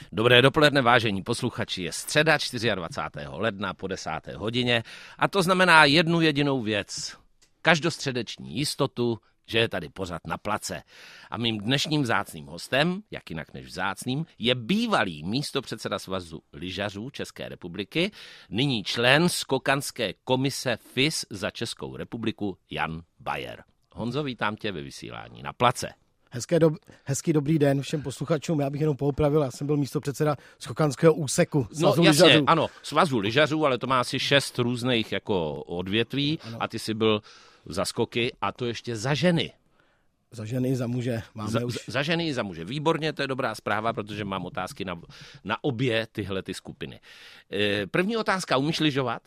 Dobré dopoledne, vážení posluchači, je středa 24. ledna po 10. hodině a to znamená jednu jedinou věc. Každostředeční jistotu, že je tady pořad Na place. A mým dnešním vzácným hostem, jak jinak než vzácným, je bývalý místopředseda Svazu lyžařů České republiky, nyní člen skokanské komise FIS za Českou republiku Jan Bayer. Honzo, vítám tě ve vysílání Na place. Hezký dobrý den všem posluchačům. Já bych jenom poopravil, já jsem byl místopředseda skokanského úseku Svazu jasně, lyžařů. Ano, Svazu lyžařů, ale to má asi 6 různých jako odvětví, ano. A ty jsi byl za skoky a to ještě za ženy. Za ženy i za muže. Za ženy i za muže. Výborně, to je dobrá zpráva, protože mám otázky na obě tyhle ty skupiny. První otázka, umíš lyžovat?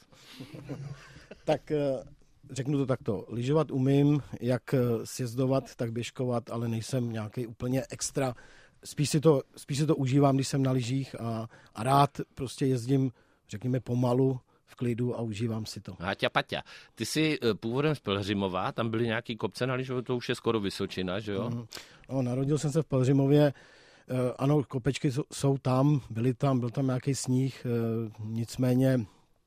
Tak řeknu to takto. Lyžovat umím, jak sjezdovat, tak běžkovat, ale nejsem nějaký úplně extra. Spíš si to užívám, když jsem na lyžích a rád prostě jezdím, řekněme, pomalu, v klidu a užívám si to. Haťa Paťa, ty jsi původem z Pelhřimova, tam byly nějaký kopce na lyžově, to už je skoro Vysočina, že jo? No, narodil jsem se v Pelhřimově, ano, kopečky jsou tam, byl tam nějaký sníh, nicméně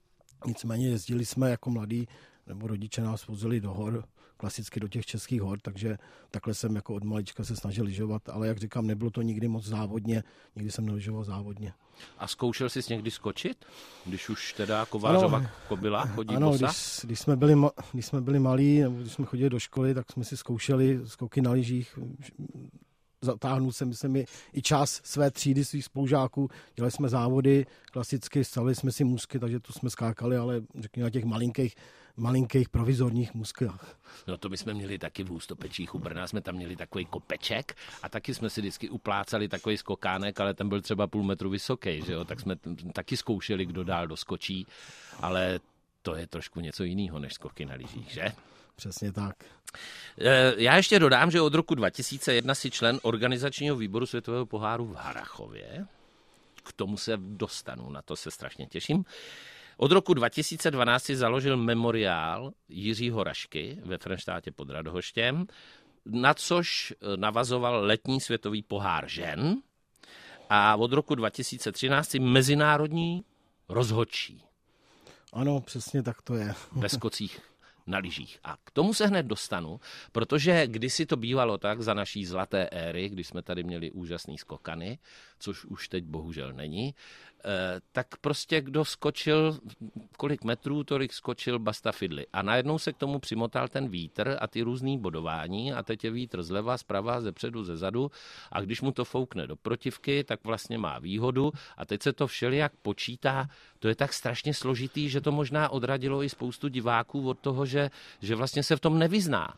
jezdili jsme jako mladí, nebo rodiče nás vozili do hor, klasicky do těch českých hor, takže takhle jsem jako od malička se snažil lyžovat, ale jak říkám, nebylo to nikdy moc závodně, nikdy jsem nelyžoval závodně. A zkoušel jsi někdy skočit? Když už teda Kovářova kobyla chodí bosa? Když jsme byli malí, nebo když jsme chodili do školy, tak jsme si zkoušeli skoky na lyžích. Zatáhnul jsem i čas své třídy, svých spolužáků. Dělali jsme závody, klasicky stavili jsme si můzky, takže tu jsme skákali, ale řekněme na těch malinkých provizorních můzkách. No to my jsme měli taky v Ústopečích u Brna, jsme tam měli takový kopeček a taky jsme si vždycky uplácali takový skokánek, ale ten byl třeba půl metru vysoký, že jo? Tak jsme taky zkoušeli, kdo dál doskočí, ale to je trošku něco jiného než skoky na lyžích, že? Přesně tak. Já ještě dodám, že od roku 2001 si člen organizačního výboru Světového poháru v Harrachově. K tomu se dostanu, na to se strašně těším. Od roku 2012 si založil memoriál Jiřího Rašky ve Frenštátě pod Radhoštěm, na což navazoval letní světový pohár žen a od roku 2013 si mezinárodní rozhodčí. Ano, přesně tak to je. Ve skocích na lyžích. A k tomu se hned dostanu, protože kdysi to bývalo tak za naší zlaté éry, kdy jsme tady měli úžasný skokany, což už teď bohužel není, tak prostě kdo skočil, kolik metrů, tolik skočil basta fidly. A najednou se k tomu přimotal ten vítr a ty různý bodování a teď je vítr zleva, zprava, zepředu, zezadu a když mu to foukne do protivky, tak vlastně má výhodu a teď se to všelijak počítá. To je tak strašně složitý, že to možná odradilo i spoustu diváků od toho, že vlastně se v tom nevyzná.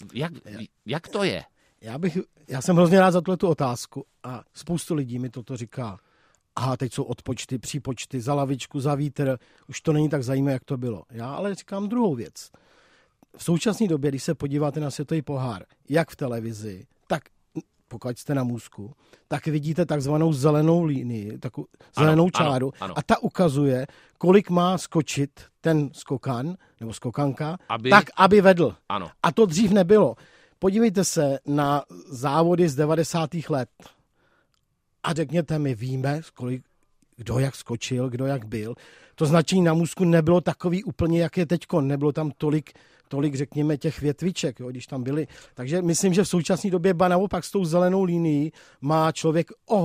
Jak to je? Já jsem hrozně rád za tu otázku a spoustu lidí mi toto říká. Aha, teď jsou odpočty, přípočty, za lavičku, za vítr, už to není tak zajímavé, jak to bylo. Já ale říkám druhou věc. V současné době, když se podíváte na světový pohár, jak v televizi, tak pokud jste na můzku, tak vidíte takzvanou zelenou linii, zelenou čáru ano. A ta ukazuje, kolik má skočit ten skokan nebo skokanka, aby vedl. Ano. A to dřív nebylo. Podívejte se na závody z 90. let. A řekněte mi, víme, kdo jak skočil, kdo jak byl. To značení na můzku nebylo takový úplně, jak je teďko. Nebylo tam tolik, řekněme, těch větviček, jo, když tam byly. Takže myslím, že v současné době naopak s tou zelenou linií má člověk o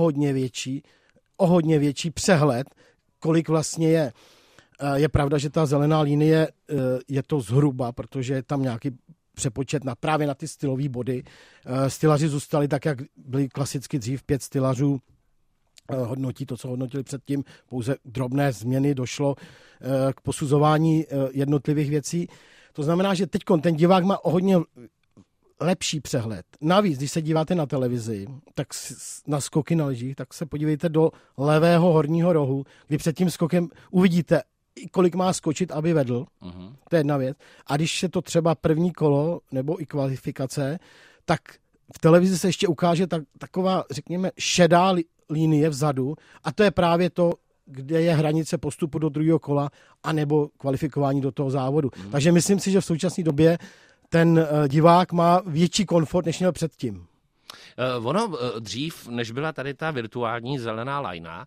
hodně větší přehled, kolik vlastně je. Je pravda, že ta zelená linie je to zhruba, protože je tam nějaký přepočet právě na ty stylové body. Stylaři zůstali tak, jak byli klasicky dřív, 5 stylařů hodnotí to, co hodnotili předtím. Pouze drobné změny, došlo k posuzování jednotlivých věcí. To znamená, že teď ten divák má o hodně lepší přehled. Navíc, když se díváte na televizi, tak na skoky na lyžích, tak se podívejte do levého horního rohu, kdy před tím skokem uvidíte, kolik má skočit, aby vedl. Uh-huh. To je jedna věc. A když je to třeba první kolo nebo i kvalifikace, tak v televizi se ještě ukáže taková, řekněme, šedá linie vzadu a to je právě to, kde je hranice postupu do druhého kola anebo kvalifikování do toho závodu. Uh-huh. Takže myslím si, že v současné době ten divák má větší komfort, než měl předtím. Ono dřív, než byla tady ta virtuální zelená lajna,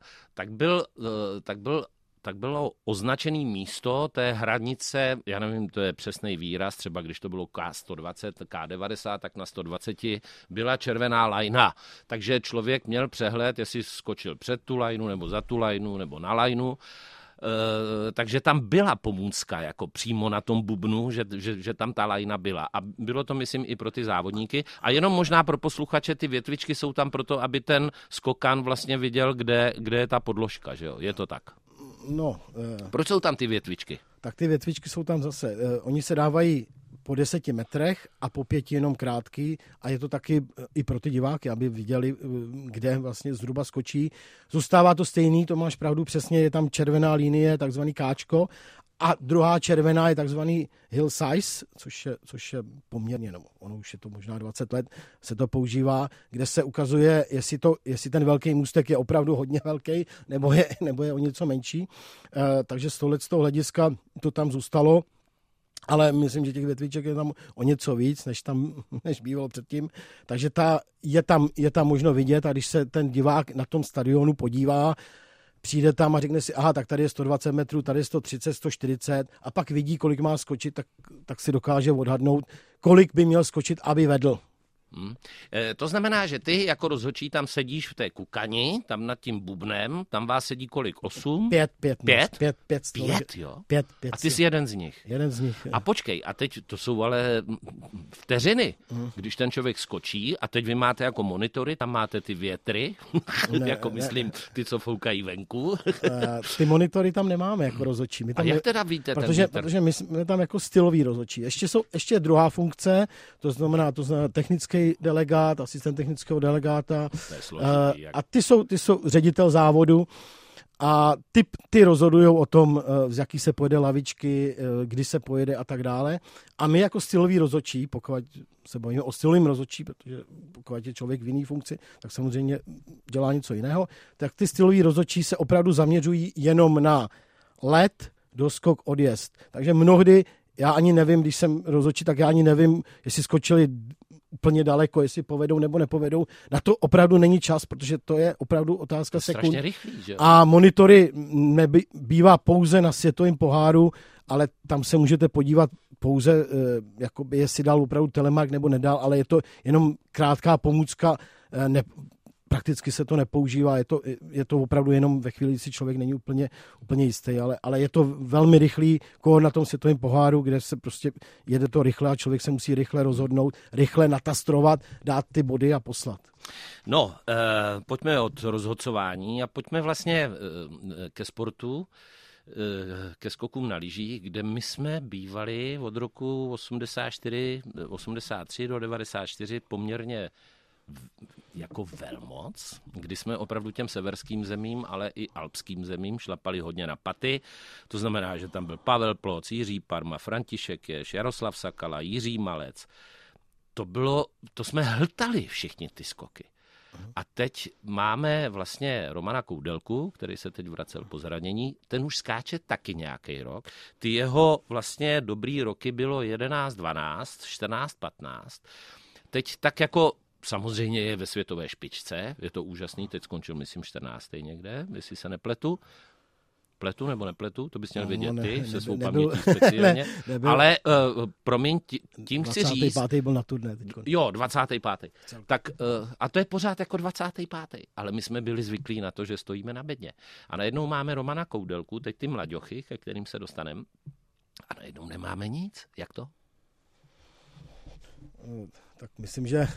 tak bylo označené místo té hranice, já nevím, to je přesný výraz, třeba když to bylo K120, K90, tak na 120 byla červená lajna. Takže člověk měl přehled, jestli skočil před tu lajnu, nebo za tu lajnu, nebo na lajnu. Takže tam byla pomůcka jako přímo na tom bubnu, že tam ta lajna byla. A bylo to, myslím, i pro ty závodníky. A jenom možná pro posluchače, ty větvičky jsou tam proto, aby ten skokan vlastně viděl, kde je ta podložka, že jo? Je to tak? No. Proč jsou tam ty větvičky? Tak ty větvičky jsou tam zase. Oni se dávají po 10 metrech a po 5 jenom krátký a je to taky i pro ty diváky, aby viděli, kde vlastně zhruba skočí. Zůstává to stejný, to máš pravdu, přesně je tam červená linie, takzvaný káčko a druhá červená je takzvaný hill size, což je poměrně, no, ono už je to možná 20 let, se to používá, kde se ukazuje, jestli ten velký můstek je opravdu hodně velký, nebo je o něco menší. Takže z toho hlediska to tam zůstalo. Ale myslím, že těch větviček je tam o něco víc, než bývalo předtím. Takže je tam možno vidět a když se ten divák na tom stadionu podívá, přijde tam a řekne si, aha, tak tady je 120 metrů, tady je 130, 140 a pak vidí, kolik má skočit, tak si dokáže odhadnout, kolik by měl skočit, aby vedl. To znamená, že ty jako rozhodčí tam sedíš v té kukani, tam nad tím bubnem, tam vás sedí kolik? 8? 5, jo? 5. A ty jsi jeden z nich. Jeden z nich. A počkej, a teď to jsou ale vteřiny, když ten člověk skočí a teď vy máte jako monitory, tam máte ty větry, myslím, ty, co foukají venku. Ty monitory tam nemáme jako rozhodčí. A jak teda víte protože my jsme tam jako stylový rozhodčí. Ještě je druhá funkce, to znamená technický delegát, asistent technického delegáta a ty jsou ředitel závodu a ty rozhodujou o tom, z jaký se pojede lavičky, kdy se pojede a tak dále. A my jako stylový rozhodčí, pokud se bavíme o stylovým rozhodčí, protože pokud je člověk v jiný funkci, tak samozřejmě dělá něco jiného, tak ty stylový rozhodčí se opravdu zaměřují jenom na let, doskok, odjezd. Takže mnohdy já ani nevím, když jsem rozhodčí, tak já ani nevím, jestli skočili úplně daleko, jestli povedou nebo nepovedou. Na to opravdu není čas, protože to je opravdu otázka sekund. Rychlý, že? A monitory bývá pouze na světovém poháru, ale tam se můžete podívat pouze, jakoby jestli dal opravdu telemark nebo nedal, ale je to jenom krátká pomůcka, prakticky se to nepoužívá, je to opravdu jenom ve chvíli, kdy si člověk není úplně jistý, ale je to velmi rychlý kód na tom světovém poháru, kde se prostě jede to rychle a člověk se musí rychle rozhodnout, rychle natastrovat, dát ty body a poslat. No, pojďme od rozhodcování a pojďme vlastně ke sportu, ke skokům na lyžích, kde my jsme bývali od roku 83 do 94 poměrně jako velmoc, kdy jsme opravdu těm severským zemím, ale i alpským zemím šlapali hodně na paty. To znamená, že tam byl Pavel Ploc, Jiří Parma, František Ješ, Jaroslav Sakala, Jiří Malec. To jsme hltali všichni ty skoky. A teď máme vlastně Romana Koudelku, který se teď vracel po zranění. Ten už skáče taky nějaký rok. Ty jeho vlastně dobrý roky bylo 11, 12, 14, 15. Teď tak jako samozřejmě je ve světové špičce, je to úžasný, teď skončil, myslím, 14. někde, jestli se nepletu. Pletu nebo nepletu, to bys měl vědět ty, se svou pamětí speciálně. Ale promiň, tím chci říct... 25. byl na turné teď. Jo, 25. Tak, a to je pořád jako 25. Ale my jsme byli zvyklí na to, že stojíme na bedně. A najednou máme Romana Koudelku, teď ty mlaďochy, ke kterým se dostaneme, a najednou nemáme nic. Jak to? Tak myslím, že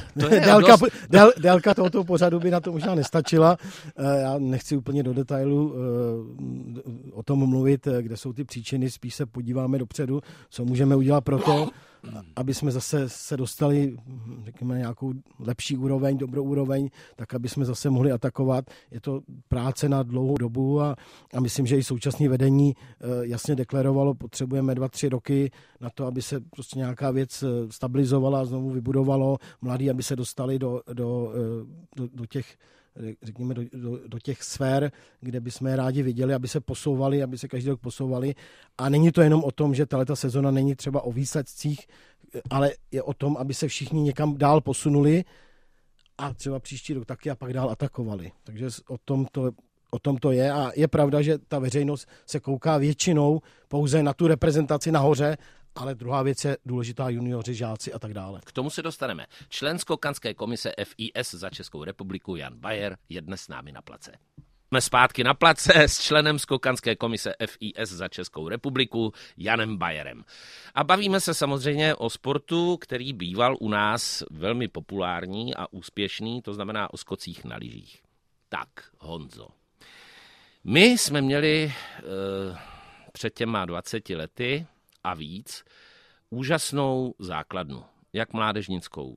délka tohoto pořadu by na to možná nestačila. Já nechci úplně do detailu o tom mluvit, kde jsou ty příčiny, spíš se podíváme dopředu, co můžeme udělat pro to, aby jsme zase se dostali, řekněme, nějakou lepší úroveň, dobrou úroveň, tak aby jsme zase mohli atakovat. Je to práce na dlouhou dobu a myslím, že i současné vedení jasně deklarovalo, potřebujeme 2-3 roky na to, aby se prostě nějaká věc stabilizovala, znovu vybudovalo, mladí, aby se dostali do těch, řekněme, do těch sfér, kde bychom je rádi viděli, aby se posouvali, aby se každý rok posouvali. A není to jenom o tom, že tato sezona není třeba o výsledcích, ale je o tom, aby se všichni někam dál posunuli a třeba příští rok taky a pak dál atakovali. Takže o tom to je a je pravda, že ta veřejnost se kouká většinou pouze na tu reprezentaci nahoře, ale druhá věc je důležitá junioři, žáci a tak dále. K tomu se dostaneme. Člen skokanské komise FIS za Českou republiku Jan Bayer je dnes s námi na place. Jsme zpátky na place s členem skokanské komise FIS za Českou republiku Janem Bayerem. A bavíme se samozřejmě o sportu, který býval u nás velmi populární a úspěšný, to znamená o skocích na lyžích. Tak, Honzo. My jsme měli před těma 20 lety a víc úžasnou základnu, jak mládežnickou,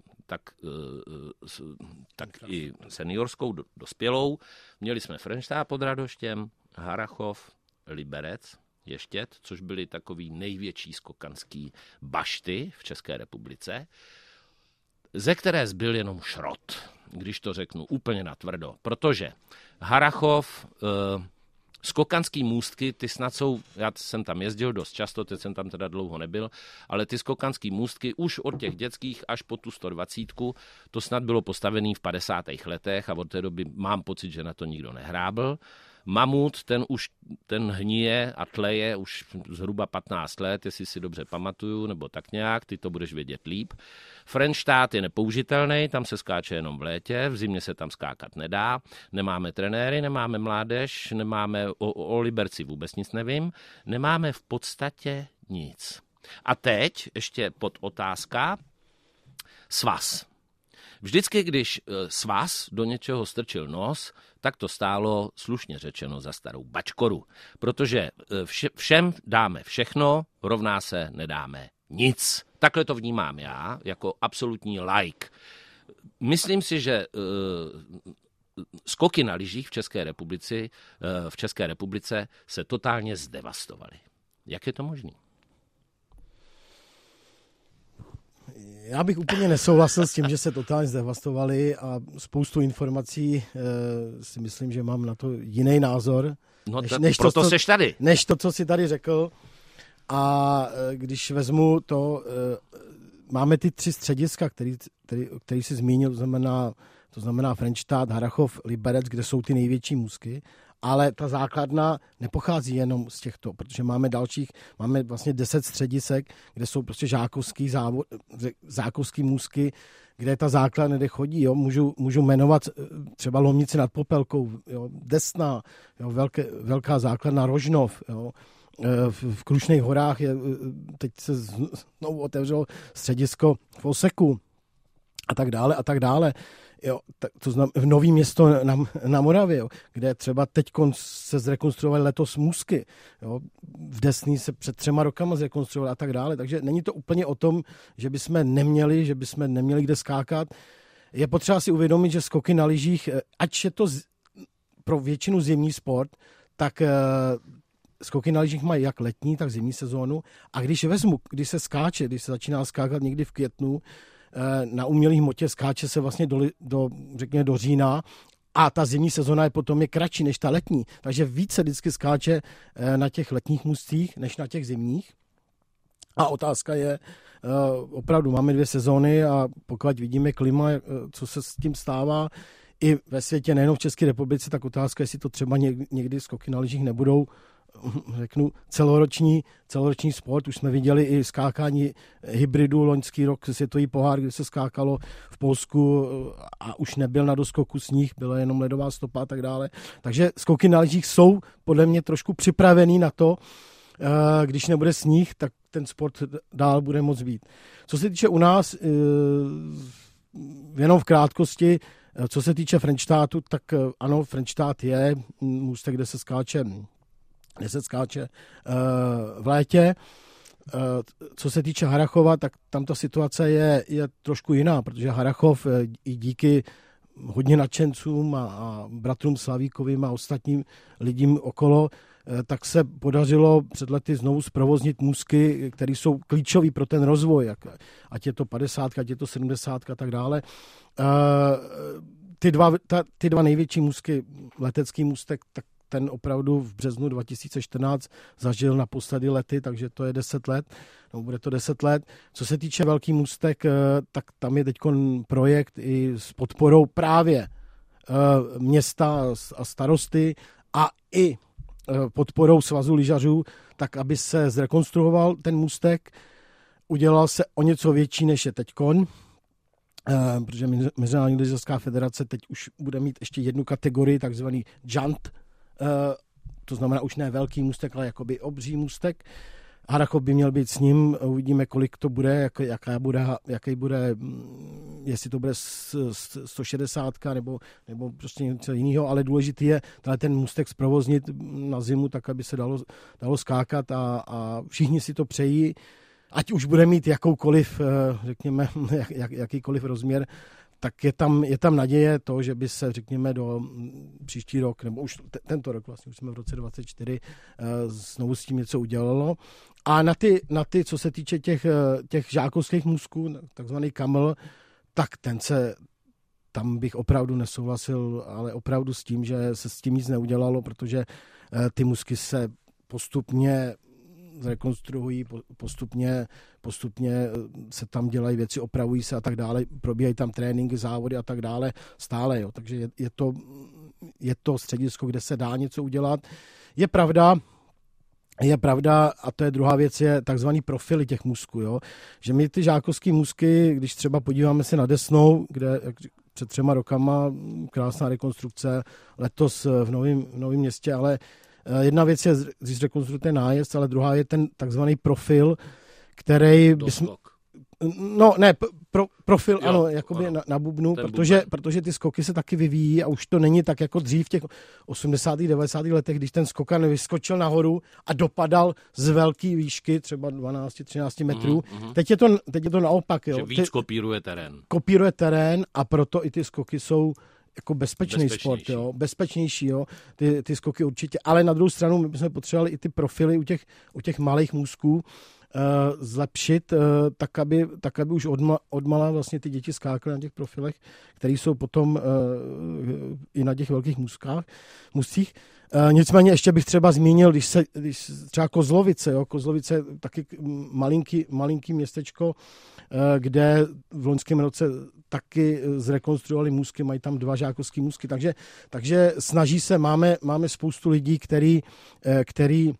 tak i seniorskou, dospělou. Měli jsme Frenštát pod Radoštěm, Harrachov, Liberec, Ještěd, což byly takový největší skokanský bašty v České republice, ze které zbyl jenom šrot, když to řeknu úplně natvrdo, protože Harrachov, skokanský můstky, ty snad jsou, já jsem tam jezdil dost často, teď jsem tam teda dlouho nebyl, ale ty skokanský můstky už od těch dětských až po tu 120, to snad bylo postavený v 50. letech a od té doby mám pocit, že na to nikdo nehrábl. Mamut, ten hníje a tleje už zhruba 15 let, jestli si dobře pamatuju, nebo tak nějak, ty to budeš vědět líp. Frenštát je nepoužitelný, tam se skáče jenom v létě, v zimě se tam skákat nedá, nemáme trenéry, nemáme mládež, nemáme o Liberci vůbec nic nevím, nemáme v podstatě nic. A teď ještě podotázka, svaz. Vždycky, když svaz do něčeho strčil nos, tak to stálo, slušně řečeno, za starou bačkoru. Protože všem dáme všechno, rovná se nedáme nic. Takhle to vnímám já, jako absolutní laik. Myslím si, že skoky na lyžích v České republice se totálně zdevastovaly. Jak je to možné? Já bych úplně nesouhlasil s tím, že se totálně zdevastovali a spoustu informací si myslím, že mám na to jiný názor. No proto seš tady. Než to, co jsi tady řekl. A když vezmu to, máme ty 3 střediska, který jsi zmínil, to znamená Frenštát, Harrachov, Liberec, kde jsou ty největší můstky, ale ta základna nepochází jenom z těchto, protože máme vlastně 10 středisek, kde jsou prostě žákovský můstky, kde ta základna kde chodí. Jo. Můžu jmenovat třeba Lomnici nad Popelkou, jo, Desná, jo, velká základna Rožnov, jo. V Krušných horách teď se znovu otevřelo středisko v Oseku a tak dále. Jo, to znamená v Nový Město na Moravě, jo, kde třeba teď se zrekonstruovaly letos můstky. Jo, v Desný se před 3 rokama zrekonstruovaly a tak dále. Takže není to úplně o tom, že bychom neměli kde skákat. Je potřeba si uvědomit, že skoky na lyžích, ať je to pro většinu zimní sport, tak skoky na lyžích mají jak letní, tak zimní sezónu. A když se začíná skákat někdy v květnu, na umělý hmotě skáče se vlastně do října a ta zimní sezona je kratší než ta letní. Takže více vždycky skáče na těch letních můstcích než na těch zimních. A otázka je, opravdu máme 2 sezóny a pokud vidíme klima, co se s tím stává i ve světě, nejenom v České republice, tak otázka, jestli to třeba někdy skoky na lyžích nebudou, řeknu, celoroční sport. Už jsme viděli i skákání hybridu loňský rok, světový pohár, kde se skákalo v Polsku a už nebyl na doskoku sníh, byla jenom ledová stopa a tak dále. Takže skoky na lyžích jsou podle mě trošku připravený na to, když nebude sníh, tak ten sport dál bude moc být. Co se týče u nás, jenom v krátkosti, co se týče Frenštátu, tak ano, Frenštát je můstek, kde se skáče v létě. Co se týče Harrachova, tak tam ta situace je trošku jiná, protože Harrachov i díky hodně nadšencům a bratrům Slavíkovým a ostatním lidím okolo, tak se podařilo před lety znovu zprovoznit můstky, které jsou klíčové pro ten rozvoj, ať je to 50, ať je to 70 a tak dále. Ty dva největší můstky, letecký můstek, tak ten opravdu v březnu 2014 zažil naposledy lety, takže to je 10 let, no bude to 10 let. Co se týče Velký Můstek, tak tam je teď projekt i s podporou právě města a starosty a i podporou Svazu lyžařů, tak aby se zrekonstruoval ten můstek, udělal se o něco větší, než je teďkon, protože Mezinárodní lyžařská federace teď už bude mít ještě jednu kategorii, takzvaný Giant, to znamená už ne velký můstek, ale jakoby obří můstek. Harrachov by měl být s ním, uvidíme, kolik to bude, jaký bude, jestli to bude 160 nebo prostě něco jiného, ale důležitý je ten můstek zprovoznit na zimu, tak aby se dalo skákat a všichni si to přejí, ať už bude mít jakoukoliv, řekněme, jakýkoliv rozměr, tak je tam naděje to, že by se, řekněme, do příští rok, nebo už tento rok, vlastně už jsme v roce 2024, znovu s tím něco udělalo. A na ty co se týče těch žákovských můstků, takzvaný kamel, tak tam bych opravdu nesouhlasil, ale opravdu s tím, že se s tím nic neudělalo, protože ty můstky se postupně zrekonstruují, postupně se tam dělají věci, opravují se a tak dále, probíhají tam tréninky, závody a tak dále stále, jo. Takže je to středisko, kde se dá něco udělat. Je pravda, a to je druhá věc, je takzvaný profily těch můstků, jo. Že my ty žákovský můstky, když třeba podíváme se na Desnou, kde před 3 rokama krásná rekonstrukce, letos v Novém Městě, ale jedna věc je, když rekonstruujete nájezd, ale druhá je ten takzvaný profil, který... Profil, jo, ano, jakoby ano, na bubnu, protože ty skoky se taky vyvíjí a už to není tak jako dřív v těch 80. 90. letech, když ten skokan vyskočil nahoru a dopadal z velké výšky, třeba 12-13 metrů. Teď je to naopak. Jo. Že víc kopíruje terén a proto i ty skoky jsou jako bezpečný sport, jo, bezpečnější, jo, ty skoky určitě, ale na druhou stranu my bychom potřebovali i ty profily u těch malých můstků zlepšit, tak aby už odmala vlastně ty děti skákaly na těch profilech, které jsou potom i na těch velkých můstcích. Nicméně ještě bych třeba zmínil, když třeba Kozlovice, jo, Kozlovice je taky malinký městečko, kde v loňském roce taky zrekonstruovali můstky, mají tam 2 žákovský můstky, takže snaží se, máme spoustu lidí, který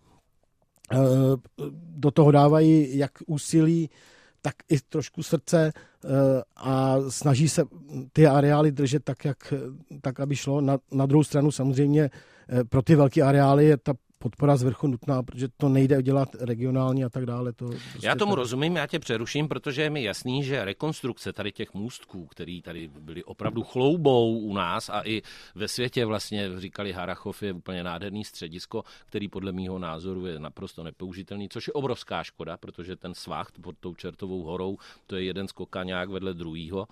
do toho dávají jak úsilí, tak i trošku srdce a snaží se ty areály držet tak aby šlo. Na druhou stranu samozřejmě pro ty velké areály je ta podpora z vrchu nutná, protože to nejde dělat regionálně a tak dále. Já tomu rozumím, já tě přeruším, protože je mi jasný, že rekonstrukce tady těch můstků, který tady byly opravdu chloubou u nás a i ve světě vlastně říkali, Harrachov je úplně nádherný středisko, který podle mýho názoru je naprosto nepoužitelný, což je obrovská škoda, protože ten svah pod tou Čertovou horou, to je jeden skokaňák vedle druhýho.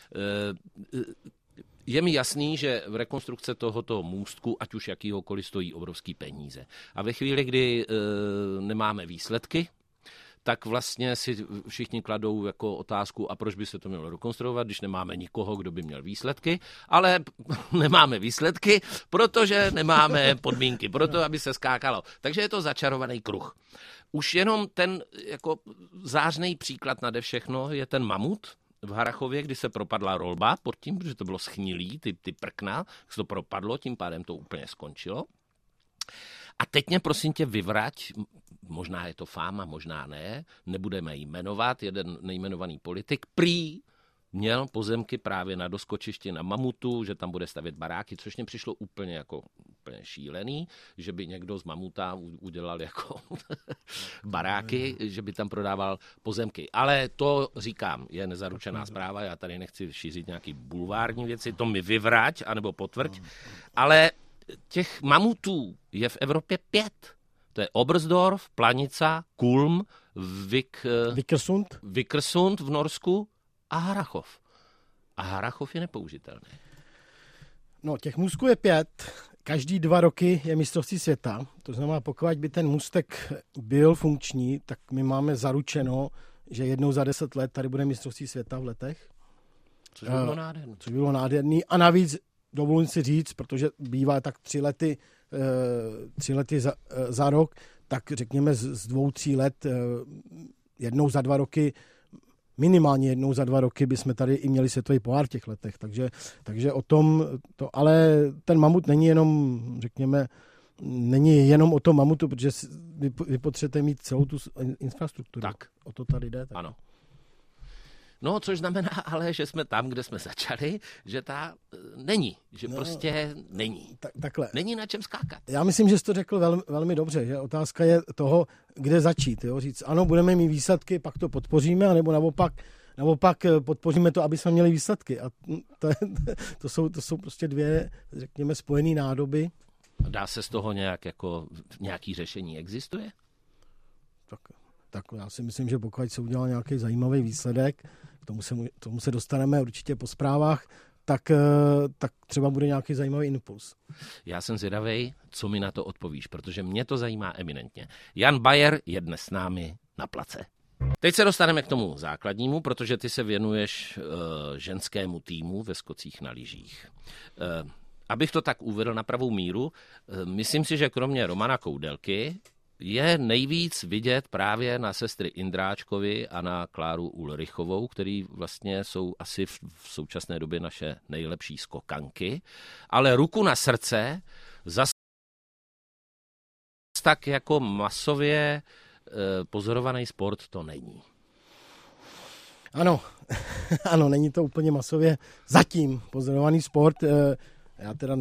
Je mi jasný, že rekonstrukce tohoto můstku, ať už jakýhokoliv, stojí obrovský peníze. A ve chvíli, kdy nemáme výsledky, tak vlastně si všichni kladou jako otázku, a proč by se to mělo rekonstruovat, když nemáme nikoho, kdo by měl výsledky, ale nemáme výsledky, protože nemáme podmínky pro to, aby se skákalo. Takže je to začarovaný kruh. Už jenom ten jako zářný příklad nade všechno je ten mamut v Harrachově, kdy se propadla rolba pod tím, protože to bylo schnilý, ty prkna, se to propadlo, tím pádem to úplně skončilo. A teď mě prosím tě vyvrať, možná je to fáma, možná ne, nebudeme jmenovat, jeden nejmenovaný politik, prý měl pozemky právě na doskočišti na Mamutu, že tam bude stavět baráky, což mě přišlo úplně šílený, že by někdo z Mamuta udělal jako baráky, že by tam prodával pozemky. Ale to, říkám, je nezaručená zpráva, já tady nechci šířit nějaký bulvární věci, to mi vyvrať, anebo potvrď, ale těch mamutů je v Evropě 5. To je Oberstdorf, Planica, Kulm, Vikersund v Norsku a Harrachov. A Harrachov je nepoužitelný. No, těch můstků je 5. Každý 2 roky je mistrovství světa. To znamená, pokud by ten můstek byl funkční, tak my máme zaručeno, že jednou za 10 let tady bude mistrovství světa v letech. Což by bylo nádherný. A navíc dovolím si říct, protože bývá tak 3 lety 3 lety za rok, tak řekněme z 2-3 let jednou za 2 roky, minimálně jednou za 2 roky bychom tady i měli světový pohár v těch letech. Takže o tom, ale ten mamut není jenom, řekněme, není jenom o tom mamutu, protože vy potřebujete mít celou tu infrastrukturu. Tak. O to tady jde. Tak. Ano. No, což znamená ale, že jsme tam, kde jsme začali, že není, že prostě není. Takhle. Není na čem skákat. Já myslím, že jsi to řekl velmi dobře, že otázka je toho, kde začít. Jo? Říct, ano, budeme mít výsledky, pak to podpoříme, anebo naopak podpoříme to, aby jsme měli výsledky. A to jsou prostě 2, řekněme, spojené nádoby. Dá se z toho nějaký řešení existuje? Tak já si myslím, že pokud se udělal nějaký zajímavý výsledek, k tomu se dostaneme určitě po zprávách, tak třeba bude nějaký zajímavý impuls. Já jsem zvědavej, co mi na to odpovíš, protože mě to zajímá eminentně. Jan Bayer je dnes s námi na place. Teď se dostaneme k tomu základnímu, protože ty se věnuješ ženskému týmu ve skocích na lyžích. Abych to tak uvedl na pravou míru, myslím si, že kromě Romana Koudelky je nejvíc vidět právě na sestry Indráčkovi a na Kláru Ulrichovou, který vlastně jsou asi v současné době naše nejlepší skokanky, ale ruku na srdce zas tak jako masově pozorovaný sport to není. Ano, není to úplně masově zatím pozorovaný sport. Já teda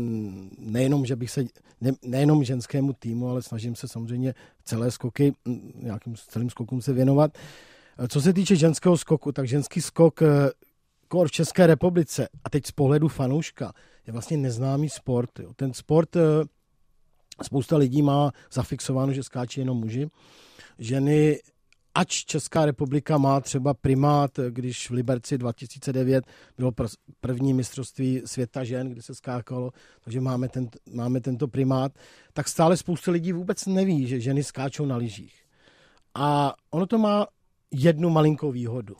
nejenom ženskému týmu, ale snažím se samozřejmě celé skoky, nějakým celým skokům se věnovat. Co se týče ženského skoku, tak ženský skok v České republice, a teď z pohledu fanouška, je vlastně neznámý sport. Jo. Ten sport spousta lidí má zafixováno, že skáčí jenom muži. Ženy, ač Česká republika má třeba primát, když v Liberci 2009 bylo první mistrovství světa žen, kde se skákalo, takže máme tento primát, tak stále spousta lidí vůbec neví, že ženy skáčou na lyžích. A ono to má jednu malinkou výhodu.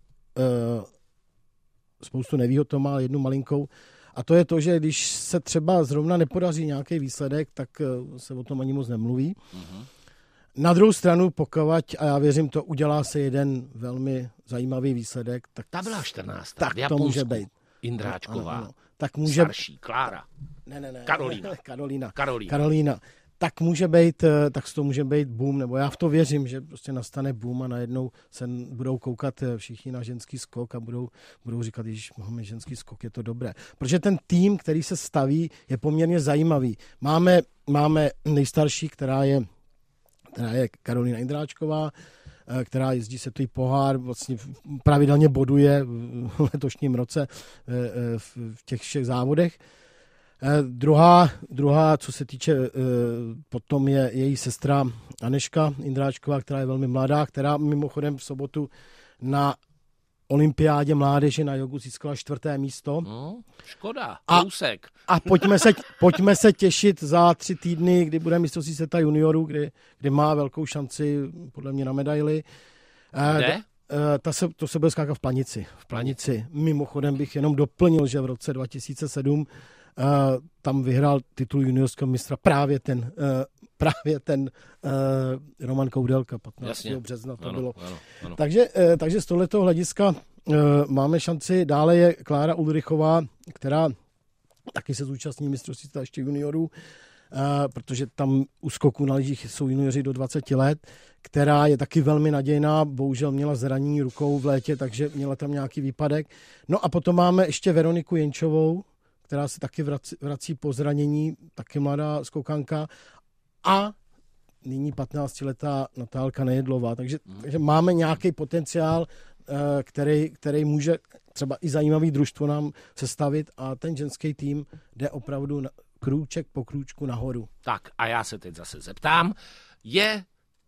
Spoustu nevýhod to má jednu malinkou, a to je to, že když se třeba zrovna nepodaří nějaký výsledek, tak se o tom ani moc nemluví. Mm-hmm. Na druhou stranu, pokud, a já věřím, to udělá se jeden velmi zajímavý výsledek, tak ta byla 14. Tak v Japonsku. To může být. Indráčková. Ano. Tak může... Starší, Klára. Ne. Karolína. Tak může být, tak to může být boom, nebo já v to věřím, že prostě nastane boom a najednou se budou koukat všichni na ženský skok a budou říkat, když máme ženský skok, je to dobré. Protože ten tým, který se staví, je poměrně zajímavý. Máme nejstarší, která je Karolína Indráčková, která jezdí světový pohár, vlastně pravidelně boduje v letošním roce v těch všech závodech. Druhá, co se týče, potom je její sestra Aneška Indráčková, která je velmi mladá, která mimochodem v sobotu na olympiádě mládeže na jogu získala 4. místo. No, škoda, kousek. A pojďme se těšit za 3 týdny, kdy bude mistrovství světa juniorů, kde má velkou šanci podle mě na medaili. Kde? To se bude skákat v Planici. Mimochodem bych jenom doplnil, že v roce 2007 tam vyhrál titul juniorského mistra právě ten Roman Koudelka, 15. března to bylo. Ano. Takže z tohoto hlediska máme šanci. Dále je Klára Ulrichová, která taky se zúčastní mistrovství ještě juniorů, protože tam u skoku na lyžích jsou junioři do 20 let, která je taky velmi nadějná, bohužel měla zranění rukou v létě, takže měla tam nějaký výpadek. No a potom máme ještě Veroniku Jenčovou, která se taky vrací po zranění, taky mladá skokanka, a nyní 15letá Natálka Nejedlová. Takže máme nějaký potenciál, který může třeba i zajímavý družstvo nám sestavit, a ten ženský tým jde opravdu krůček po krůčku nahoru. Tak a já se teď zase zeptám, je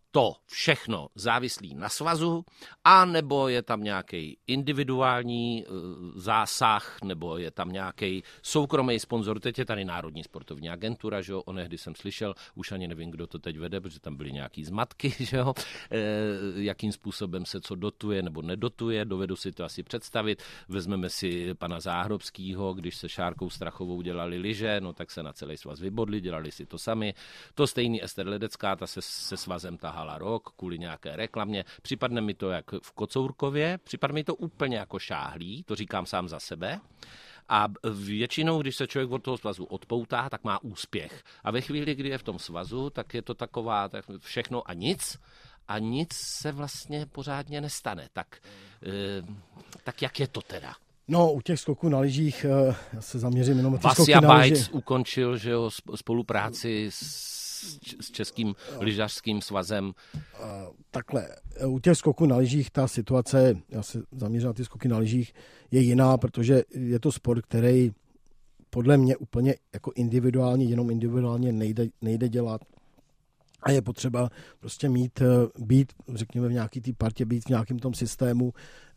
to všechno závislí na svazu, a nebo je tam nějaký individuální zásah, nebo je tam nějaký soukromý sponzor. Teď je tady Národní sportovní agentura, že jo? Onehdy jsem slyšel, už ani nevím, kdo to teď vede, protože tam byly nějaký zmatky, že jo? Jakým způsobem se co dotuje nebo nedotuje, dovedu si to asi představit. Vezmeme si pana Záhrobskýho, když se Šárkou Strachovou dělali lyže, no tak se na celý svaz vybodli, dělali si to sami. To stejný Ester Ledecká, ta se svazem tahala rok kvůli nějaké reklamě. Připadne mi to jak v Kocourkově, připadne mi to úplně jako šáhlý, to říkám sám za sebe. A většinou, když se člověk od toho svazu odpoutá, tak má úspěch. A ve chvíli, kdy je v tom svazu, tak je to taková tak všechno a nic se vlastně pořádně nestane. Tak jak je to teda? No, u těch skoků na lyžích, já se zaměřím jenom na ty Vasia skoky na lyži. Bajc ukončil, že jo, spolupráci s Českým lyžařským svazem. Takhle, u těch skoků na lyžích ta situace, já se zaměřím na ty skoky na lyžích, je jiná, protože je to sport, který podle mě úplně jako jenom individuálně nejde dělat. A je potřeba prostě být, řekněme, v nějaký té partě, být v nějakém tom systému,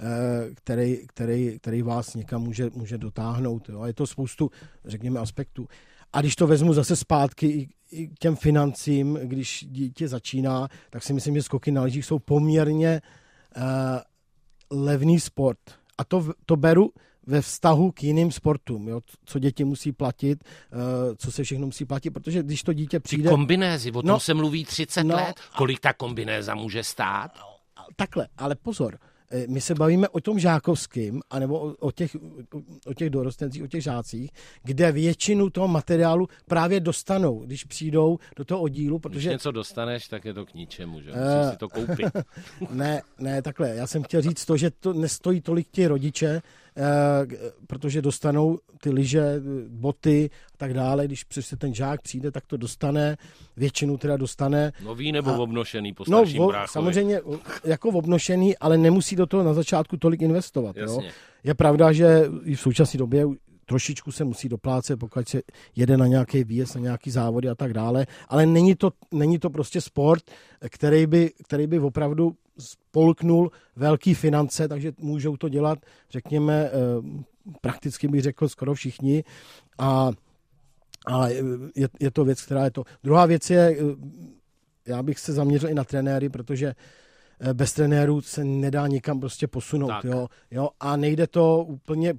který vás někam může dotáhnout. Jo. A je to spoustu, řekněme, aspektů. A když to vezmu zase zpátky i k těm financím, když dítě začíná, tak si myslím, že skoky na lyžích jsou poměrně levný sport. A to beru ve vztahu k jiným sportům, jo? Co děti musí platit, co se všechno musí platit, protože když to dítě přijde... Ty kombinézy, o tom se mluví 30 let, kolik ta kombinéza může stát? Takhle, ale pozor, my se bavíme o tom žákovským, anebo o těch dorostencích, o těch žácích, kde většinu toho materiálu právě dostanou, když přijdou do toho oddílu, protože... Když něco dostaneš, tak je to k ničemu, že? Musíš si to koupit. Ne, takhle, já jsem chtěl říct to, že to nestojí tolik ti rodiče, protože dostanou ty lyže, boty a tak dále, když přesně ten žák přijde, tak to dostane, většinu teda dostane. Nový nebo obnošený po starším bráchovi? Samozřejmě jako obnošený, ale nemusí do toho na začátku tolik investovat. Jo? Je pravda, že i v současné době trošičku se musí doplácet, pokud se jede na nějaký výjezd, na nějaký závody a tak dále, ale není to prostě sport, který by opravdu spolknul velký finance, takže můžou to dělat, řekněme, prakticky bych řekl skoro všichni a je to věc, která je to. Druhá věc je, já bych se zaměřil i na trenéry, protože bez trenérů se nedá nikam prostě posunout. Jo? A nejde to úplně,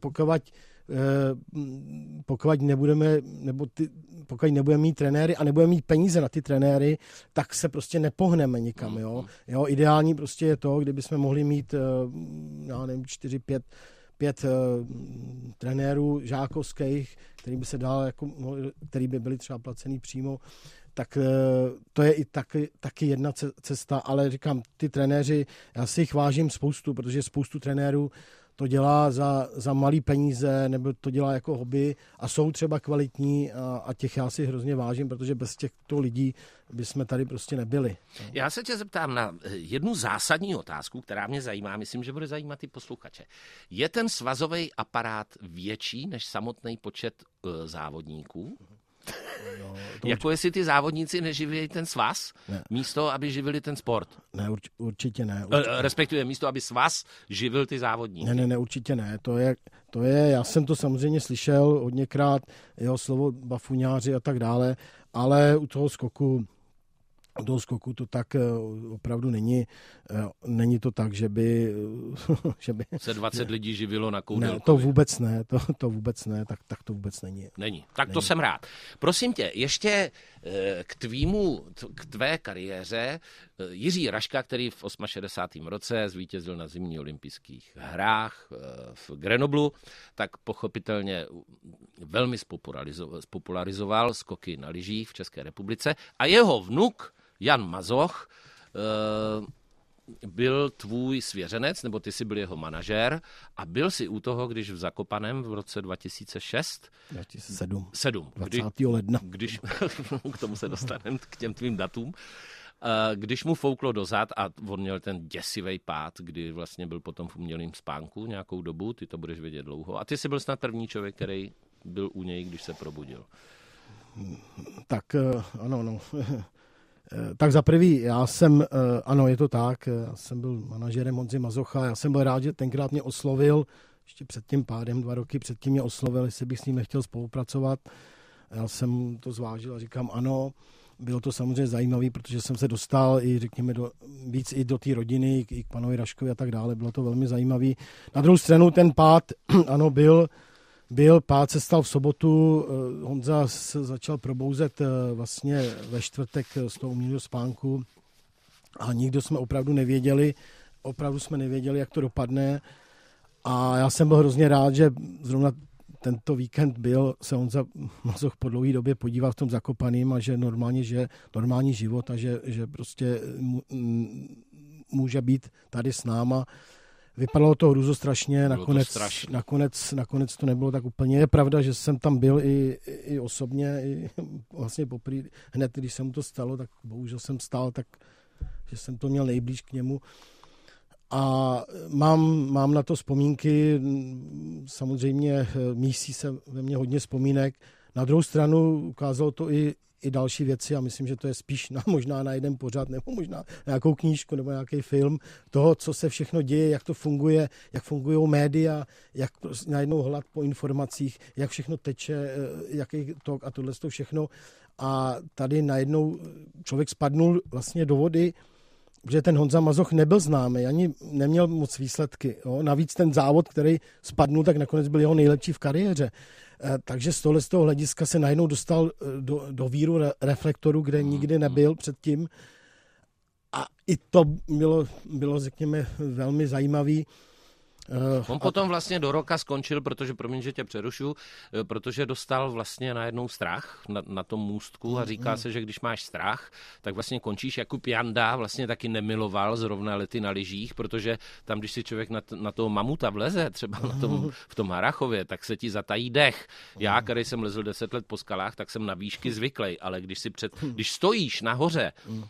pokud nebudeme mít trenéry a nebudeme mít peníze na ty trenéry, tak se prostě nepohneme nikam. Jo? Ideální prostě je to, kdyby jsme mohli mít, já nevím, 4-5 trenérů žákovských, který by byli třeba placený přímo, tak to je i taky jedna cesta, ale říkám, ty trenéři, já si jich vážím spoustu, protože spoustu trenérů to dělá za malý peníze, nebo to dělá jako hobby a jsou třeba kvalitní a těch já si hrozně vážím, protože bez těchto lidí bychom tady prostě nebyli. Já se tě zeptám na jednu zásadní otázku, která mě zajímá, myslím, že bude zajímat i posluchače. Je ten svazový aparát větší než samotný počet závodníků? Jako jestli ty závodníci neživí ten svaz, místo, aby živili ten sport? Ne, určitě ne. Respektive místo, aby svaz živil ty závodníky. Ne, určitě ne. To je, já jsem to samozřejmě slyšel hodněkrát, jeho slovo bafuňáři a tak dále, ale u toho skoku to tak opravdu není. Není to tak, že by se 20 lidí živilo na Koudelkově. Ne, to vůbec ne, to vůbec ne, tak to vůbec není. Není. Tak to jsem rád. Prosím tě, ještě k tvé kariéře Jiří Raška, který v 68. roce zvítězil na zimních olympijských hrách v Grenoblu, tak pochopitelně velmi spopularizoval skoky na lyžích v České republice a jeho vnuk Jan Mazoch byl tvůj svěřenec, nebo ty jsi byl jeho manažér a byl jsi u toho, když v Zakopaném v roce 2007. 20. ledna. K tomu se dostaneme, k těm tvým datům. Když mu fouklo dozad a on měl ten děsivý pád, kdy vlastně byl potom v umělém spánku nějakou dobu, ty to budeš vědět dlouho. A ty jsi byl snad první člověk, který byl u něj, když se probudil. Tak ano. Tak za prvý, já jsem, ano, je to tak, já jsem byl manažerem Honzy Mazocha, já jsem byl rád, že tenkrát mě oslovil, ještě před tím pádem, 2 roky předtím mě oslovil, jestli bych s ním nechtěl spolupracovat. Já jsem to zvážil a říkám ano. Bylo to samozřejmě zajímavé, protože jsem se dostal i, řekněme, víc i do té rodiny, i k panovi Raškovi a tak dále. Bylo to velmi zajímavé. Na druhou stranu ten pád, ano, pád se stal v sobotu. Honza se začal probouzet vlastně ve čtvrtek z toho umělého spánku a nikdo jsme opravdu nevěděli, jak to dopadne. A já jsem byl hrozně rád, že zrovna tento víkend se Honza Mazoch po dlouhé době podíval v tom Zakopaným a že normální život a že prostě může být tady s náma. Vypadalo to hrůzostrašně, nakonec to nebylo tak úplně. Je pravda, že jsem tam byl i osobně, i vlastně poprvé, hned když se mu to stalo, tak bohužel jsem stál, tak že jsem to měl nejblíž k němu. A mám na to vzpomínky, samozřejmě mísí se ve mně hodně vzpomínek. Na druhou stranu ukázalo to i další věci a myslím, že to je spíš možná na jeden pořad nebo možná nějakou knížku nebo nějaký film toho, co se všechno děje, jak to funguje, jak fungují média, jak najednou hlad po informacích, jak všechno teče, jaký tok a tohle to všechno. A tady najednou člověk spadnul vlastně do vody, protože ten Honza Mazoch nebyl známý, ani neměl moc výsledky. Jo. Navíc ten závod, který spadnul, tak nakonec byl jeho nejlepší v kariéře. Takže z toho hlediska se najednou dostal do víru reflektoru, kde nikdy nebyl předtím. A i to bylo řekněme, velmi zajímavý. On potom vlastně do roka skončil, protože, promiň, že tě přerušu, protože dostal vlastně najednou strach na tom můstku a říká se, že když máš strach, tak vlastně končíš. Jakub Janda vlastně taky nemiloval zrovna lety na lyžích, protože tam, když si člověk na toho mamuta vleze, třeba v tom Harrachově, tak se ti zatají dech. Já, který jsem lezl 10 let po skalách, tak jsem na výšky zvyklý, ale když stojíš nahoře,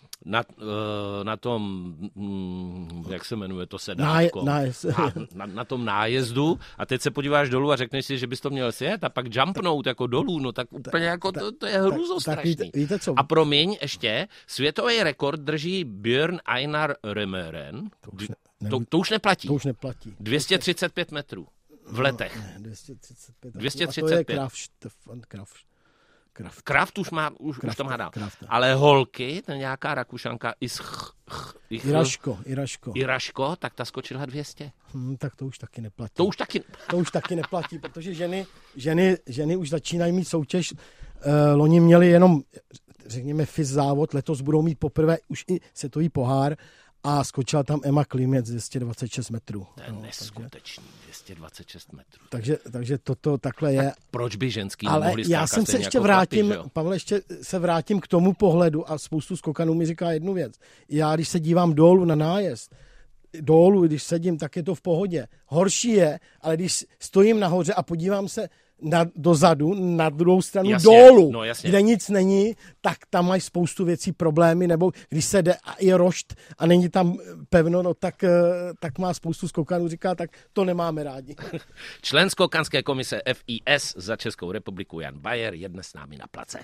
na tom, jak se jmenuje to sedátko, na tom nájezdu a teď se podíváš dolů a řekneš si, že bys to měl sjet a pak jumpnout jako dolů, no tak úplně jako to je hrůzostrašný. Víte co? A promiň ještě, světový rekord drží Björn Einar Rømeren. To už neplatí. 235 metrů v letech. 235. A to je Kraft už to má dál. Ale holky, ten nějaká Rakušanka, Iraško, tak ta skočila 200. Tak to už taky neplatí. To už taky neplatí, protože ženy už začínají mít soutěž. Loni měli jenom, řekněme, FIS závod, letos budou mít poprvé už i světový pohár a skočila tam Emma Klimec 226 metrů. To je neskutečný, 226 metrů. Takže toto takhle je. Tak proč by ženský ale nemohli skákat? Já jsem se ještě Pavel, ještě se vrátím k tomu pohledu a spoustu skokanů mi říká jednu věc. Já, když se dívám dolů na nájezd, když sedím, tak je to v pohodě. Horší je, ale když stojím nahoře a podívám se dozadu, na druhou stranu dolů, kde nic není, tak tam mají spoustu věcí problémy, nebo když se jde a je rošt a není tam pevno, no tak má spoustu skokanů, říká, tak to nemáme rádi. Člen skokanské komise FIS za Českou republiku Jan Bayer je dnes s námi na place.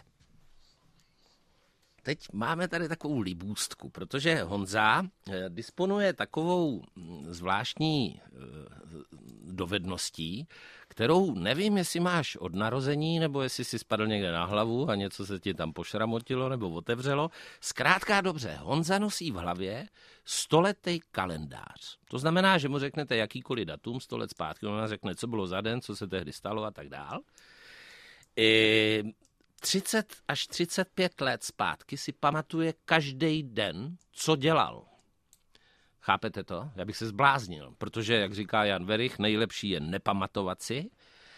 Teď máme tady takovou libůstku, protože Honza disponuje takovou zvláštní dovedností, kterou nevím, jestli máš od narození, nebo jestli jsi spadl někde na hlavu a něco se ti tam pošramotilo nebo otevřelo. Zkrátka dobře, Honza nosí v hlavě 100letý kalendář. To znamená, že mu řeknete jakýkoliv datum 100 let zpátky, on řekne, co bylo za den, co se tehdy stalo a tak dál. 30 až 35 let zpátky si pamatuje každý den, co dělal. Chápete to? Já bych se zbláznil, protože, jak říká Jan Werich, nejlepší je nepamatovat si.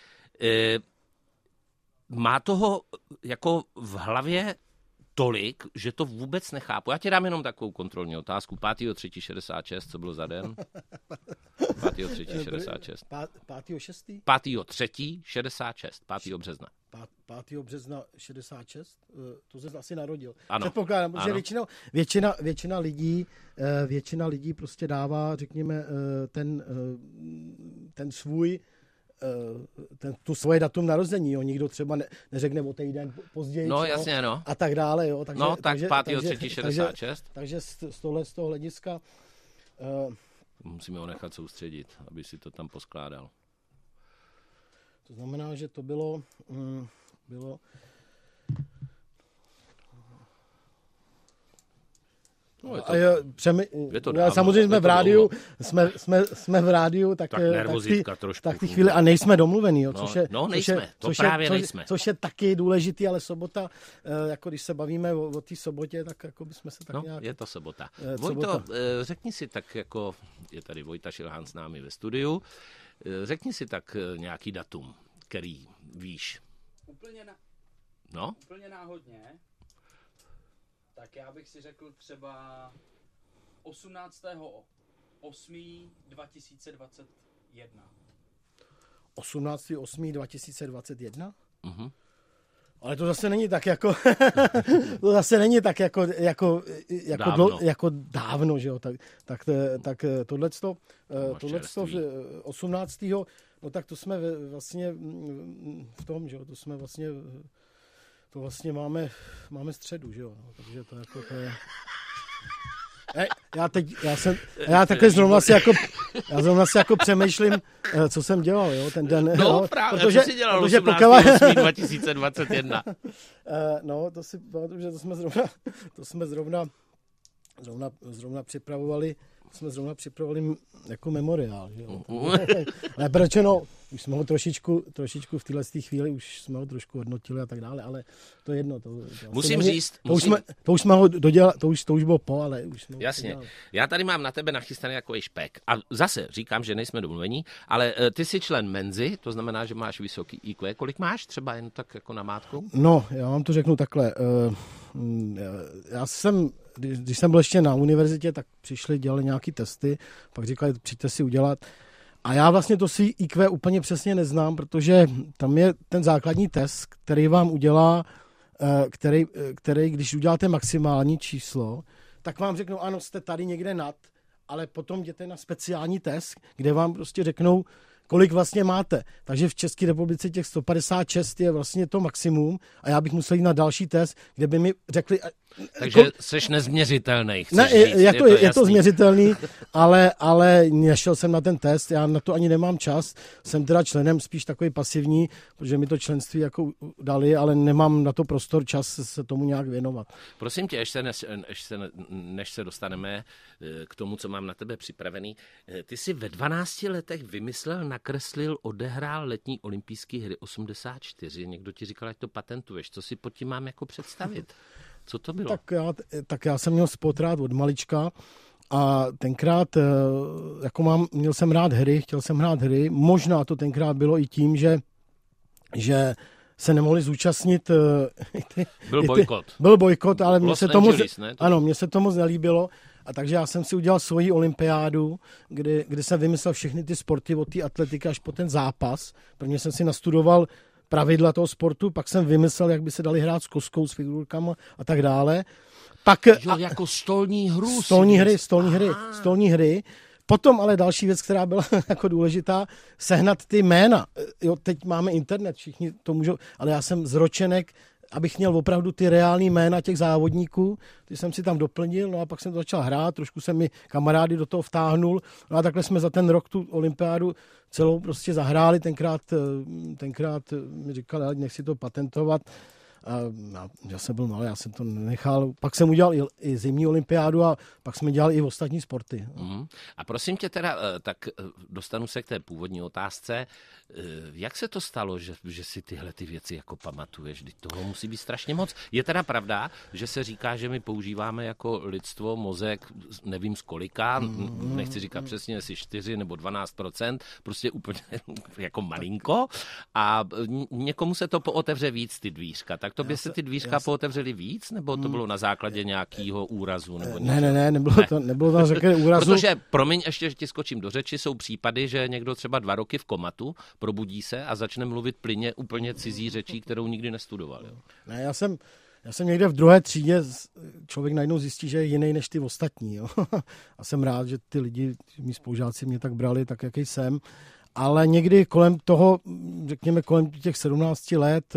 Má toho jako v hlavě tolik, že to vůbec nechápu. Já ti dám jenom takovou kontrolní otázku. 5.3.66, co bylo za den? 5.3.66. 5.6.? 5.3.66, 5. března. 5. března 66, to se asi narodil. Ano. Předpokládám, protože většina lidí prostě dává, řekněme, ten svůj tu svoje datum narození, jo. Nikdo třeba neřekne o týden později. No, jasně, no. A tak dále, jo. Takže, no, tak 5.3.66. Takže z toho hlediska... Musíme ho nechat soustředit, aby si to tam poskládal. To znamená, že to bylo No, samozřejmě jsme v rádiu, jsme v rádiu, tak ty chvíli a nejsme domluvený, jo, což je taky důležitý, ale sobota, jako když se bavíme o té sobotě, tak jako bychom se tak nějak... je to sobota. Vojto, řekni si tak, jako je tady Vojta Šilhán s námi ve studiu, řekni si tak nějaký datum, který víš. Úplně náhodně. Tak já bych si řekl třeba 18.8.2021. 18.8.2021? Mhm. Ale to zase není tak jako dávno, že jo, tak tohleto 18. No tak to jsme vlastně v tom, že jo, to vlastně máme středu, že jo, no, takže to jako to je... Já takhle zrovna si jako přemýšlím, co jsem dělal, jo, ten den. No jo, právě, protože jsi dělal 18.8.2021. No, to jsme zrovna připravovali jako memoriál, že jo. Ale proč no, už jsme ho trošičku v téhle chvíli už jsme ho trošku hodnotili a tak dále, ale to je jedno. To už jsme ho dodělali, to už bylo po, ale už jsme jasně. Já tady mám na tebe nachystaný jako špek. A zase říkám, že nejsme domluvení, ale ty jsi člen Menzy, to znamená, že máš vysoký IQ. Kolik máš třeba jen tak jako na mátku? No, já vám to řeknu takhle. Když jsem byl ještě na univerzitě, tak přišli, dělali nějaký testy, pak říkali, přijďte si udělat. A já vlastně to si IQ úplně přesně neznám, protože tam je ten základní test, který vám udělá, který když uděláte maximální číslo, tak vám řeknou, ano, jste tady někde nad, ale potom jděte na speciální test, kde vám prostě řeknou, kolik vlastně máte. Takže v České republice těch 156 je vlastně to maximum a já bych musel jít na další test, kde by mi řekli... Takže seš nezměřitelný, ne, je to změřitelný, ale nešel jsem na ten test, já na to ani nemám čas, jsem teda členem spíš takový pasivní, protože mi to členství jako dali, ale nemám na to prostor, čas se tomu nějak věnovat. Prosím tě, než se dostaneme k tomu, co mám na tebe připravený, ty jsi ve 12 letech vymyslel, nakreslil, odehrál letní olympijské hry 84, někdo ti říkal, ať to patentuješ, co si pod tím mám jako představit? Co to bylo? Tak já jsem měl sport rád od malička a tenkrát měl jsem rád hry, chtěl jsem hrát hry. Možná to tenkrát bylo i tím, že se nemohli zúčastnit. Byl bojkot, ale mně se to moc nelíbilo. A takže já jsem si udělal svoji olympiádu, kdy jsem vymyslel všechny ty sporty od té atletiky až po ten zápas. Prvně jsem si nastudoval pravidla toho sportu, pak jsem vymyslel, jak by se dali hrát s kostkou, s figurkama a tak dále. Jako stolní hru. Stolní hry. Potom ale další věc, která byla jako důležitá, sehnat ty jména. Jo, teď máme internet, všichni to můžou, ale já jsem z ročenek, abych měl opravdu ty reální jména těch závodníků, ty jsem si tam doplnil, no a pak jsem to začal hrát, trošku jsem mi kamarády do toho vtáhnul, no a takhle jsme za ten rok tu olympiádu celou prostě zahráli, tenkrát mi říkal, nech si to patentovat, a já jsem byl malý, já jsem to nenechal. Pak jsem udělal i zimní olympiádu a pak jsme dělali i ostatní sporty. A prosím tě teda, tak dostanu se k té původní otázce. Jak se to stalo, že si tyhle ty věci jako pamatuješ? Vždyť toho musí být strašně moc. Je teda pravda, že se říká, že my používáme jako lidstvo mozek, nevím z kolika, nechci říkat přesně, jestli 4 nebo 12%, prostě úplně jako malinko a někomu se to pootevře víc ty dvířka. Tak tobě se ty dvířka pootevřely víc, nebo to bylo na základě nějakého úrazu? Nebo ne, nebylo to na základě úrazu. Protože, promiň, ještě, že ti skočím do řeči, jsou případy, že někdo třeba 2 roky v komatu, probudí se a začne mluvit plynně úplně cizí řečí, kterou nikdy nestudoval. Jo? Ne, já jsem někde v 2. třídě, člověk najednou zjistí, že je jiný než ty ostatní. Jo? A jsem rád, že ty lidi, mý spolužáci mě tak brali, tak jaký jsem. ale někdy kolem toho, řekněme kolem těch 17 let,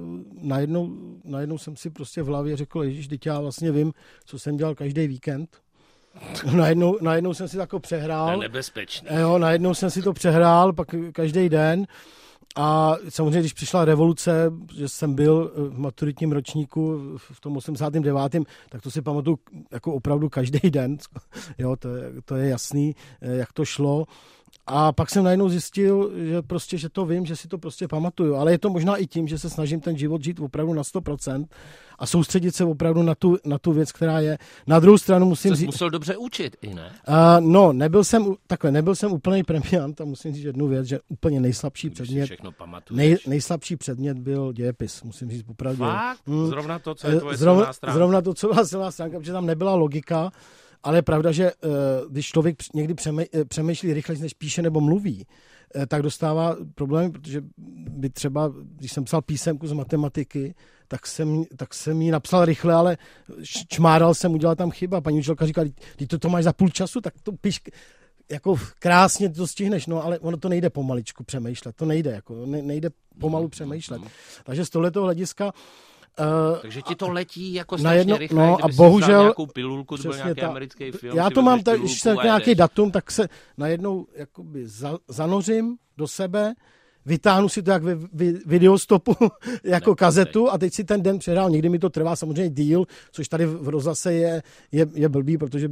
najednou jsem si prostě v hlavě řekl, ježiš, teď já vlastně vím, co jsem dělal každý víkend. Najednou jsem si tako přehrál. To je nebezpečný. Jo, najednou jsem si to přehrál, pak každý den. A samozřejmě, když přišla revoluce, že jsem byl v maturitním ročníku v tom 89., tak to si pamatuju jako opravdu každý den. Jo, to je jasný, jak to šlo. A pak jsem najednou zjistil, že to vím, že si to prostě pamatuju. Ale je to možná i tím, že se snažím ten život žít opravdu na 100% a soustředit se opravdu na tu věc, která je. Na druhou stranu musím říct... musel dobře učit i ne? No, nebyl jsem úplný premiant a musím říct jednu věc, že úplně nejslabší předmět... Nejslabší předmět byl dějepis, musím říct popravdě. Fakt? Zrovna to, co je tvoje silná stránka. Zrovna to, co byla silná stránka, protože tam nebyla logika. Ale je pravda, že když člověk někdy přemýšlí rychleji, než píše nebo mluví, tak dostává problémy, protože by třeba, když jsem psal písemku z matematiky, tak jsem ji napsal rychle, ale čmáral jsem, udělal tam chyba. Paní učitelka říkala, když to máš za půl času, tak to píš jako krásně to stihneš, no ale ono to nejde pomaličku přemýšlet, to nejde, jako nejde pomalu přemýšlet. Takže z tohletoho hlediska takže ti to letí jako strašně rychle, no, a bohužel nějakou pilulku, to byl nějaký americký film. Já to mám, když se nějaký datum, tak se najednou jakoby zanořím do sebe, vytáhnu si to jak videostopu, jako kazetu a teď si ten den přehrál. Někdy mi to trvá samozřejmě díl, což tady v rozhlase je blbý, protože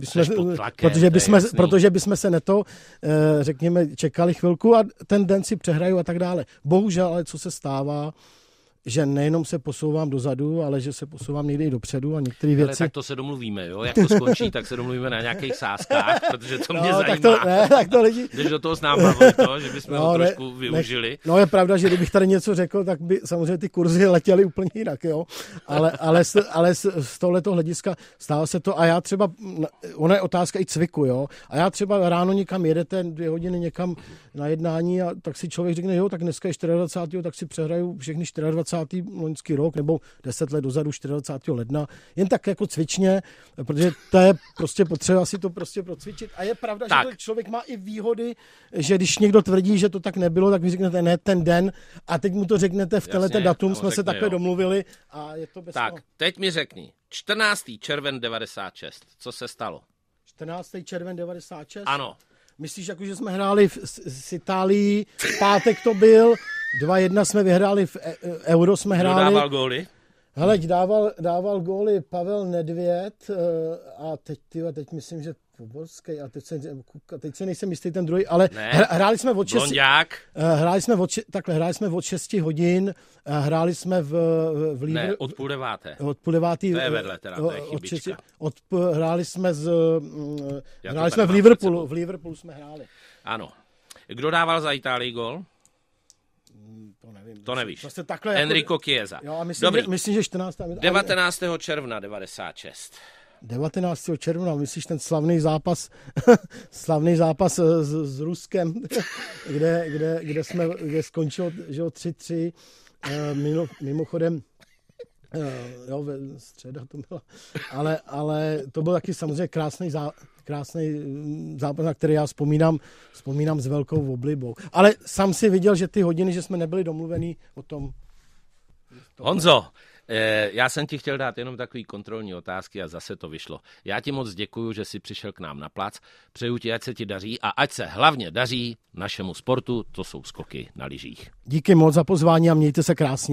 bychom se řekněme, čekali chvilku a ten den si přehraju a tak dále. Bohužel, ale co se stává, že nejenom se posouvám dozadu, ale že se posouvám někde i dopředu a některé věci... Ale tak to se domluvíme, jo? Jak to skončí, tak se domluvíme na nějakých sázkách, protože to mě zajímá. Tak to lidi... Když do toho s námi bavili to, že bychom ho trošku využili. No je pravda, že kdybych tady něco řekl, tak by samozřejmě ty kurzy letěly úplně jinak, jo? Ale z tohoto hlediska stává se to a já třeba, ona je otázka i cviku, jo? A já třeba ráno někam jedete 2 hodiny někam na jednání a tak si člověk řekne, jo, tak dneska je 24., tak si přehraju všechny 24. loňský rok, nebo 10 let dozadu 24. ledna, jen tak jako cvičně, protože to je prostě potřeba si to prostě procvičit. A je pravda, že to člověk má i výhody, že když někdo tvrdí, že to tak nebylo, tak mi řeknete ne ten den a teď mu to řeknete v tenhle ten datum, jsme se takhle domluvili a je to bez Tak, toho. teď mi řekni, 14. červen 96, co se stalo? 14. červen 96? Ano. Myslíš, jako, že jsme hráli s Itálií, v pátek to byl, 2-1 jsme vyhráli, v Euro jsme hráli. Kdo dával góly? Hele, dával góly Pavel Nedvěd a teď myslím, že Poborský, a teď se nejsem jistý ten druhý, ale hráli jsme od 6. Hráli jsme od 6 hodin, hráli jsme v Ne, od půl deváté. Od půl devátý. To je vedle teda, to je chybička. Hráli jsme v Liverpoolu, v jsme hráli. Ano. Kdo dával za Itálii gól? To nevím. To nevíš. Enrico Chiesa. Jo, myslím, že 14. 19. června 96. 19. června, myslíš ten slavný zápas s Ruskem, kde skončilo 3-3, mimochodem, jo, středa to byla, ale to byl taky samozřejmě krásný zápas, na který já vzpomínám s velkou oblibou. Ale sám si viděl, že ty hodiny, že jsme nebyli domluvení o tom. Honzo, já jsem ti chtěl dát jenom takový kontrolní otázky a zase to vyšlo. Já ti moc děkuju, že jsi přišel k nám na plac. Přeju ti, ať se ti daří a ať se hlavně daří našemu sportu, to jsou skoky na lyžích. Díky moc za pozvání a mějte se krásně.